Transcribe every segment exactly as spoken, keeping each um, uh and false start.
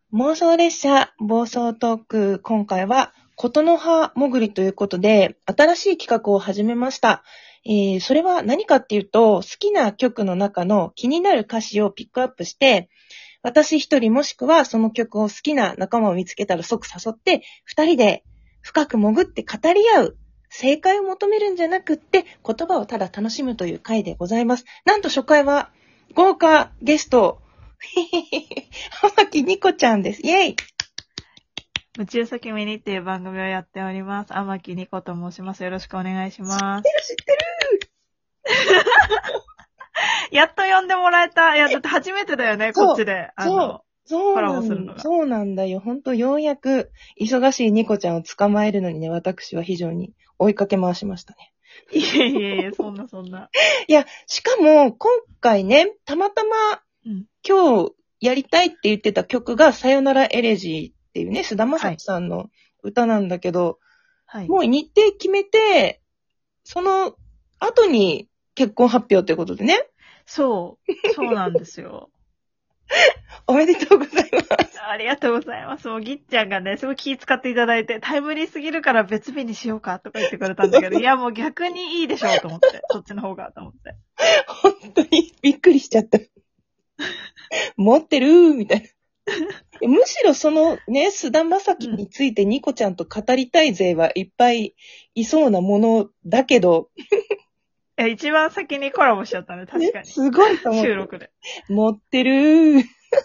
妄想列車暴走トーク、今回は琴の葉もぐりということで新しい企画を始めました。えー、それは何かっていうと、好きな曲の中の気になる歌詞をピックアップして、私一人もしくはその曲を好きな仲間を見つけたら即誘って二人で深く潜って語り合う、正解を求めるんじゃなくって言葉をただ楽しむという回でございます。なんと初回は豪華ゲスト浜木ニコちゃんです。イェイ。 宇宙先ミニっていう番組をやっております。天木ニコと申します。よろしくお願いします。 知ってる知ってるやっと呼んでもらえた。いや、だって初めてだよね、こっちで。あの、 そうコなんラボするのが。 そうなんだよ。ほんとようやく忙しいニコちゃんを捕まえるのにね、私は非常に追いかけ回しましたね。 いえいえいえ、そんなそんな。 いや、しかも今回ね、たまたまうん、 今日やりたいって言ってた曲がさよならエレジーっていうね、菅田将暉さんの歌なんだけど、 はい、 もう日程決めて、その後に結婚発表ってことでね。 そう、そうなんですよ。 おめでとうございます。 ありがとうございます。もうぎっちゃんがね、すごい気遣っていただいて、タイムリーすぎるから別日にしようかとか言ってくれたんだけど、いやもう逆にいいでしょうと思って、そっちの方がと思って。 本当にびっくりしちゃった。持ってるーみたいな。むしろそのね、菅田将暉についてニコちゃんと語りたい勢はいっぱいいそうなものだけど。 いや、一番先にコラボしちゃったね、確かに。 ね、すごいと思って。 収録で。 持ってるー。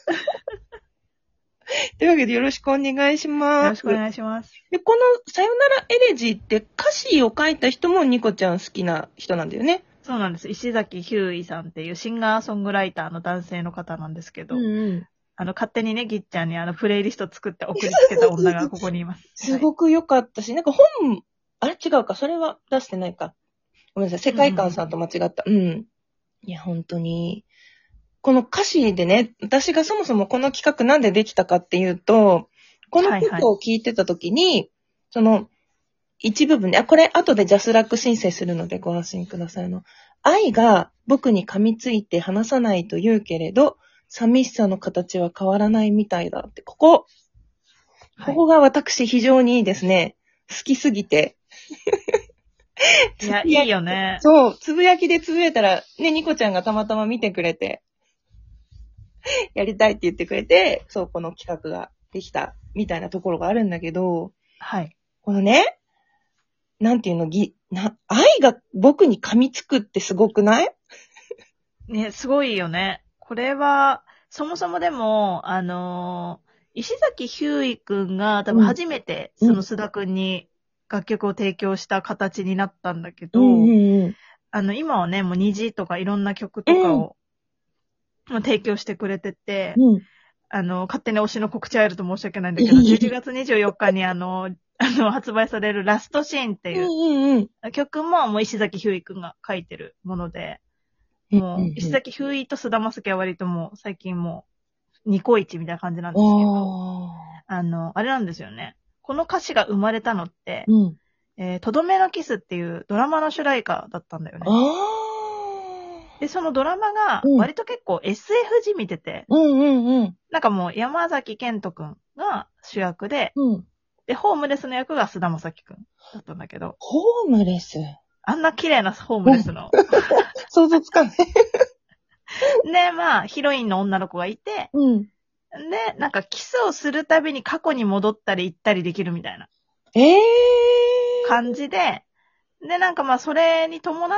というわけでよろしくお願いします。 よろしくお願いします。 で、このさよならエレジーって歌詞を書いた人もニコちゃん好きな人なんだよね。 そうなんです。石崎ひゅういさんっていうシンガーソングライターの男性の方なんですけど、 うんうん、あの、勝手にね、ぎっちゃんにあの、プレイリスト作って送りつけた女がここにいます。 すごく良かったし、はい、なんか本、あれ違うか、それは出してないか。ごめんなさい、世界観さんと間違った。うん、うん。いや、本当に。この歌詞でね、私がそもそもこの企画なんでできたかっていうと、この曲を聞いてた時に、はいはい、その、一部分ね、あ、これ後でジャスラック申請するのでご安心くださいの。愛が僕に噛みついて離さないと言うけれど、寂しさの形は変わらないみたいだって、ここ、ここが私非常にですね、好きすぎて。 いや、いいよね。 そう、つぶやきでつぶやいたら、ね、ニコちゃんがたまたま見てくれて、やりたいって言ってくれて、そう、この企画ができた、みたいなところがあるんだけど、 はい。 このね、なんていうの、ぎ、な、愛が僕に噛みつくってすごくない？ ね、すごいよね。これは、そもそもでも、あのー、石崎ひゅういくんが多分初めて、その須田くんに楽曲を提供した形になったんだけど、うんうんうん、あの、今はね、もう虹とかいろんな曲とかを、うん、提供してくれてて、うん、あの、勝手に推しの告知あると申し訳ないんだけど、じゅういちがつにじゅうよっかにあの、あの、発売されるラストシーンっていう曲も、もう石崎ひゅういくんが書いてるもので、もう、石崎ひゅういと菅田将暉は割ともう、最近もう、ニコイチみたいな感じなんですけど、あの、あれなんですよね。この歌詞が生まれたのって、うん、えー、とどめのキスっていうドラマの主題歌だったんだよね。で、そのドラマが、割と結構 エスエフ じみてて、うんうんうん、なんかもう山崎賢人くんが主役で、うん、で、ホームレスの役が菅田将暉くんだったんだけど。 ホームレスあんな綺麗なホームレスの。 想像つかない。 で、まあ、ヒロインの女の子がいて、うん、で、なんかキスをするたびに過去に戻ったり行ったりできるみたいな。えー。感じで、で、なんかまあ、それに伴って、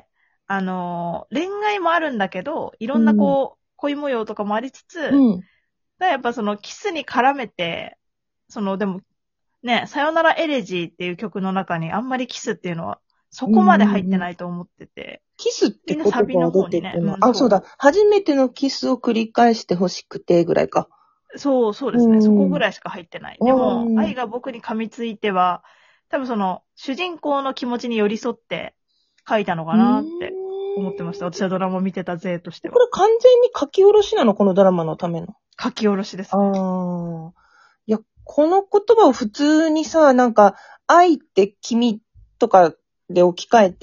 あのー、恋愛もあるんだけど、いろんなこう、うん、恋模様とかもありつつ、うん、だやっぱそのキスに絡めて、その、でも、ね、さよならエレジーっていう曲の中にあんまりキスっていうのは、そこまで入ってないと思ってて。うんうん、 キスって言葉が出てるの、ね、うん、あ、そうだ。初めてのキスを繰り返してほしくてぐらいか。 そう、そうですね。そこぐらいしか入ってない。でも、愛が僕に噛みついては、多分その、主人公の気持ちに寄り添って書いたのかなって思ってました。私はドラマ見てた勢としては。 これ完全に書き下ろしなの？このドラマのための。 書き下ろしですね。 ああ。いや、この言葉を普通にさ、なんか、愛って君とかで置き換えて、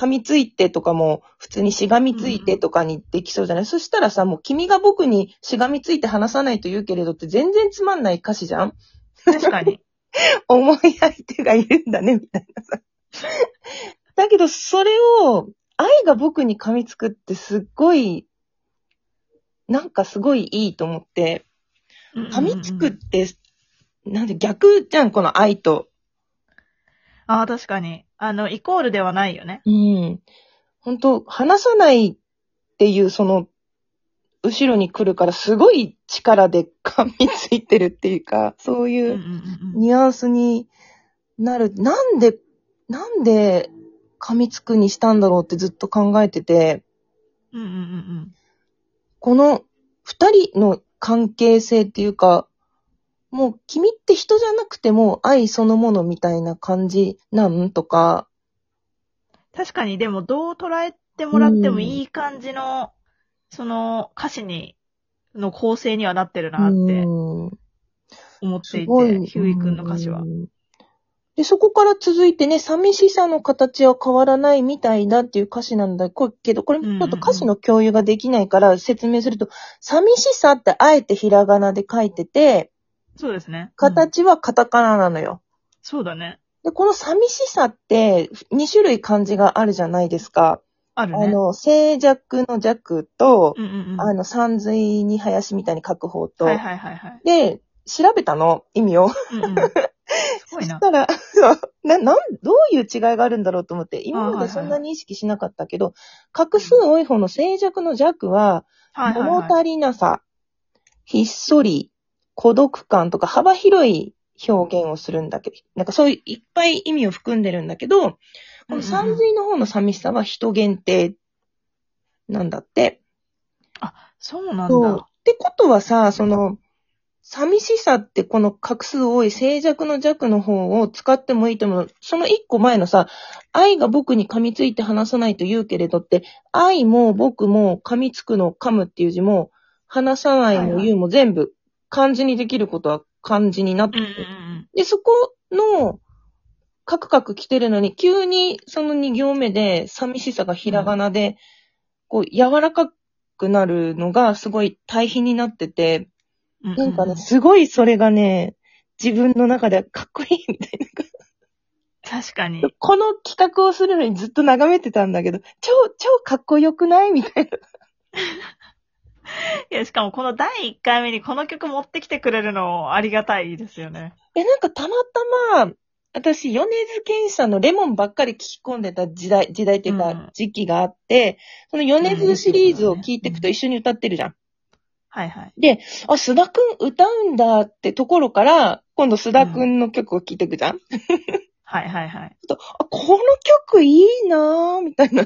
噛みついてとかも、普通にしがみついてとかにできそうじゃない、うん、そしたらさ、もう君が僕にしがみついて話さないと言うけれどって全然つまんない歌詞じゃん。 確かに。 思い相手がいるんだね、みたいなさ。だけど、それを、愛が僕に噛みつくってすっごい、なんかすごいいいと思って、噛みつくって、なんで逆じゃん、この愛と。 ああ、確かに。あの、イコールではないよね。 うん。本当話さないっていう、その、後ろに来るからすごい力で噛みついてるっていうか、そういうニュアンスになる。なんで、なんで噛みつくにしたんだろうってずっと考えてて、 うんうんうんうん、 この二人の関係性っていうか、もう君って人じゃなくても愛そのものみたいな感じなんとか。 確かに、でもどう捉えてもらってもいい感じの、うん、その歌詞に、の構成にはなってるなって思っていて、ヒューイ君の歌詞は。 で、そこから続いてね、寂しさの形は変わらないみたいだっていう歌詞なんだけど、これちょっと歌詞の共有ができないから説明すると、うんうんうん、寂しさってあえてひらがなで書いてて、 そうですね。 うん、形はカタカナなのよ。 そうだね。 で、この寂しさってに種類漢字があるじゃないですか。 あるね。 あの、静寂の寂と、 うんうんうん、 あの、山水に林みたいに書く方と。 はいはいはいはい。 で、調べたの、意味を。うんうん、すごいな。そしたら、な、なん、どういう違いがあるんだろうと思って、今までそんなに意識しなかったけど、画数多い方の静寂の寂は、物足りなさ、ひっそり、孤独感とか幅広い表現をするんだけど、なんかそういういっぱい意味を含んでるんだけど、この山水の方の寂しさは人限定なんだって。 あ、そうなんだ。 ってことはさ、その、寂しさってこの画数多い静寂の弱の方を使ってもいいと思う。その一個前のさ、愛が僕に噛みついて話さないと言うけれどって、愛も僕も噛みつくの噛むっていう字も、話さないも言うも全部漢字にできることは漢字になってる。うんうんうん、で、そこの、カクカク来てるのに、急にそのに行目で寂しさがひらがなで、こう柔らかくなるのがすごい対比になってて、なんかね、すごいそれがね、自分の中でかっこいいみたいな。 確かに。 この企画をするのにずっと眺めてたんだけど、超、超かっこよくないみたいな。 いや、しかもこのだいいっかいめにこの曲持ってきてくれるのありがたいですよね。 いや、なんかたまたま、私、米津玄師さんのレモンばっかり聞き込んでた時代、時代っていうか、時期があって、うん、その米津シリーズを聞いていくと一緒に歌ってるじゃん。うん、 はいはい。 で、あ、須田くん歌うんだってところから、今度須田くんの曲を聴いていくじゃん、うん、 はいはいはい。 あ、この曲いいなぁ、みたいな。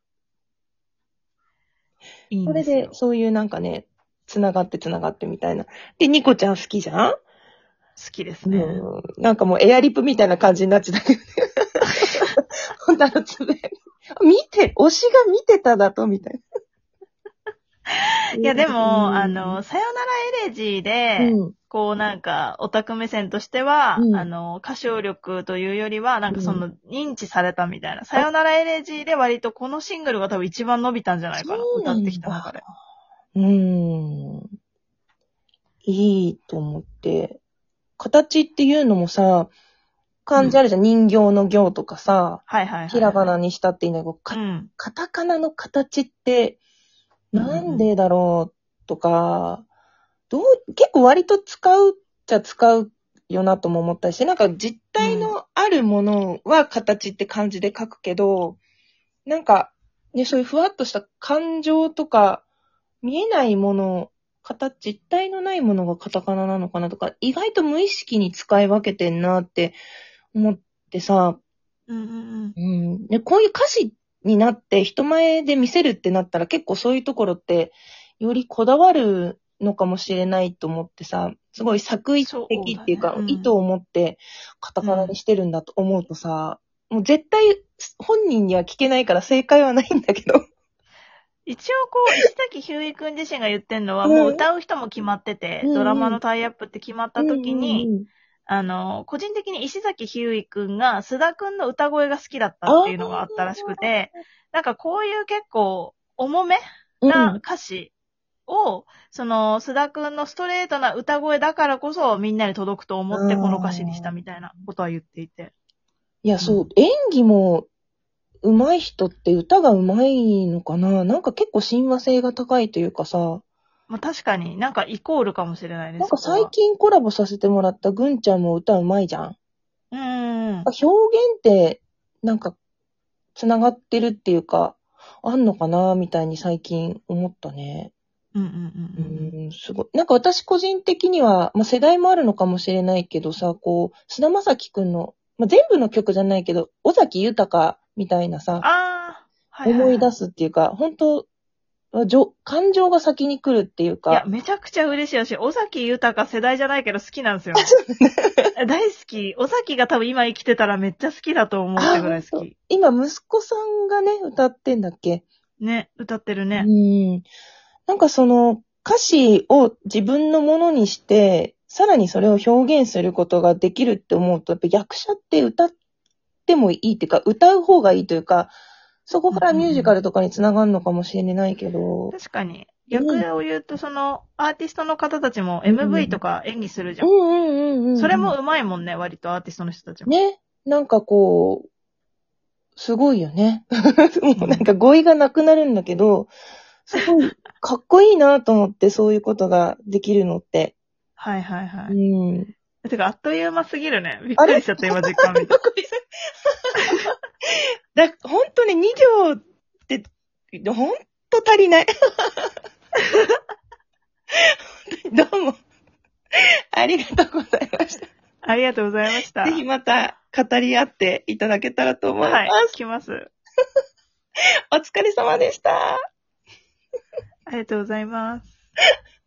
いいんですよ。それで、そういうなんかね、繋がって繋がってみたいな。で、ニコちゃん好きじゃん？ 好きですね、 うん。なんかもうエアリップみたいな感じになっちゃったけどね。ほんとあのつぶやき。見て、推しが見てただと、みたいな。 いや、でも、うん、あの、さよならエレジーで、うん、こうなんか、オタク目線としては、うん、あの、歌唱力というよりは、なんかその、認知されたみたいな。さよならエレジーで割とこのシングルが多分一番伸びたんじゃないかな。歌ってきた中で。 うーん。いいと思って。形っていうのもさ、漢字あるじゃん、うん、人形の行とかさ、 はいはいはいはい、 ひらがなにしたっていいんだけど、か、うん、カタカナの形って、なんでだろうとか、どう、結構割と使うっちゃ使うよなとも思ったりして、なんか実体のあるものは形って漢字で書くけど、うん、なんか、ね、そういうふわっとした感情とか、見えないもの、形、実体のないものがカタカナなのかなとか、意外と無意識に使い分けてんなって思ってさ、 うんうんうん、でこういう歌詞になって人前で見せるってなったら結構そういうところってよりこだわるのかもしれないと思ってさ、すごい作為的っていうか、うねうん、意図を持ってカタカナにしてるんだと思うとさ、うん、もう絶対本人には聞けないから正解はないんだけど。 一応こう、石崎ひゅういくん自身が言ってんのは、うん、もう歌う人も決まってて、うん、ドラマのタイアップって決まった時に、うんうんうん、 あの、個人的に石崎ひゅーいくんが須田くんの歌声が好きだったっていうのがあったらしくて、なんかこういう結構重めな歌詞を、うん、その須田くんのストレートな歌声だからこそみんなに届くと思ってこの歌詞にしたみたいなことは言っていて。 いや、そう、うん、演技も上手い人って歌が上手いのかな？なんか結構親和性が高いというかさ。 まあ確かになんかイコールかもしれないです。 なんか最近コラボさせてもらったぐんちゃんも歌上手いじゃん。 うん。 表現ってなんか繋がってるっていうか、あんのかなみたいに最近思ったね。 うんうんうんうん。すごい。なんか私個人的には、まあ世代もあるのかもしれないけどさ、こう、菅田将暉くんの、まあ全部の曲じゃないけど、尾崎豊みたいなさ、 あー、はいはいはい、 思い出すっていうか、本当感情が先に来るっていうか。 いや、めちゃくちゃ嬉しいし、尾崎豊世代じゃないけど好きなんですよ。大好き。尾崎が多分今生きてたらめっちゃ好きだと思うってぐらい好き。 今、息子さんがね、歌ってんだっけ？ ね、歌ってるね。 うん。なんかその、歌詞を自分のものにして、さらにそれを表現することができるって思うと、やっぱ役者って歌ってもいいっていうか、歌う方がいいというか、そこからミュージカルとかにつながるのかもしれないけど。 うんうん、確かに。逆を言うと、その、アーティストの方たちも エムブイ とか演技するじゃん。 うんうんうんうん。 それも上手いもんね、割とアーティストの人たちも。 ね。なんかこう、すごいよね。もうなんか語彙がなくなるんだけど、すごいかっこいいなと思って、そういうことができるのって。 はいはいはい。 うん。 てか、あっという間すぎるね。びっくりしちゃった、今実感見て。 だ、ほんとね、に行って、ほんと足りない。どうも。ありがとうございました。 ありがとうございました。 ぜひまた語り合っていただけたらと思います。はい、 来ます。 お疲れ様でした。 ありがとうございます。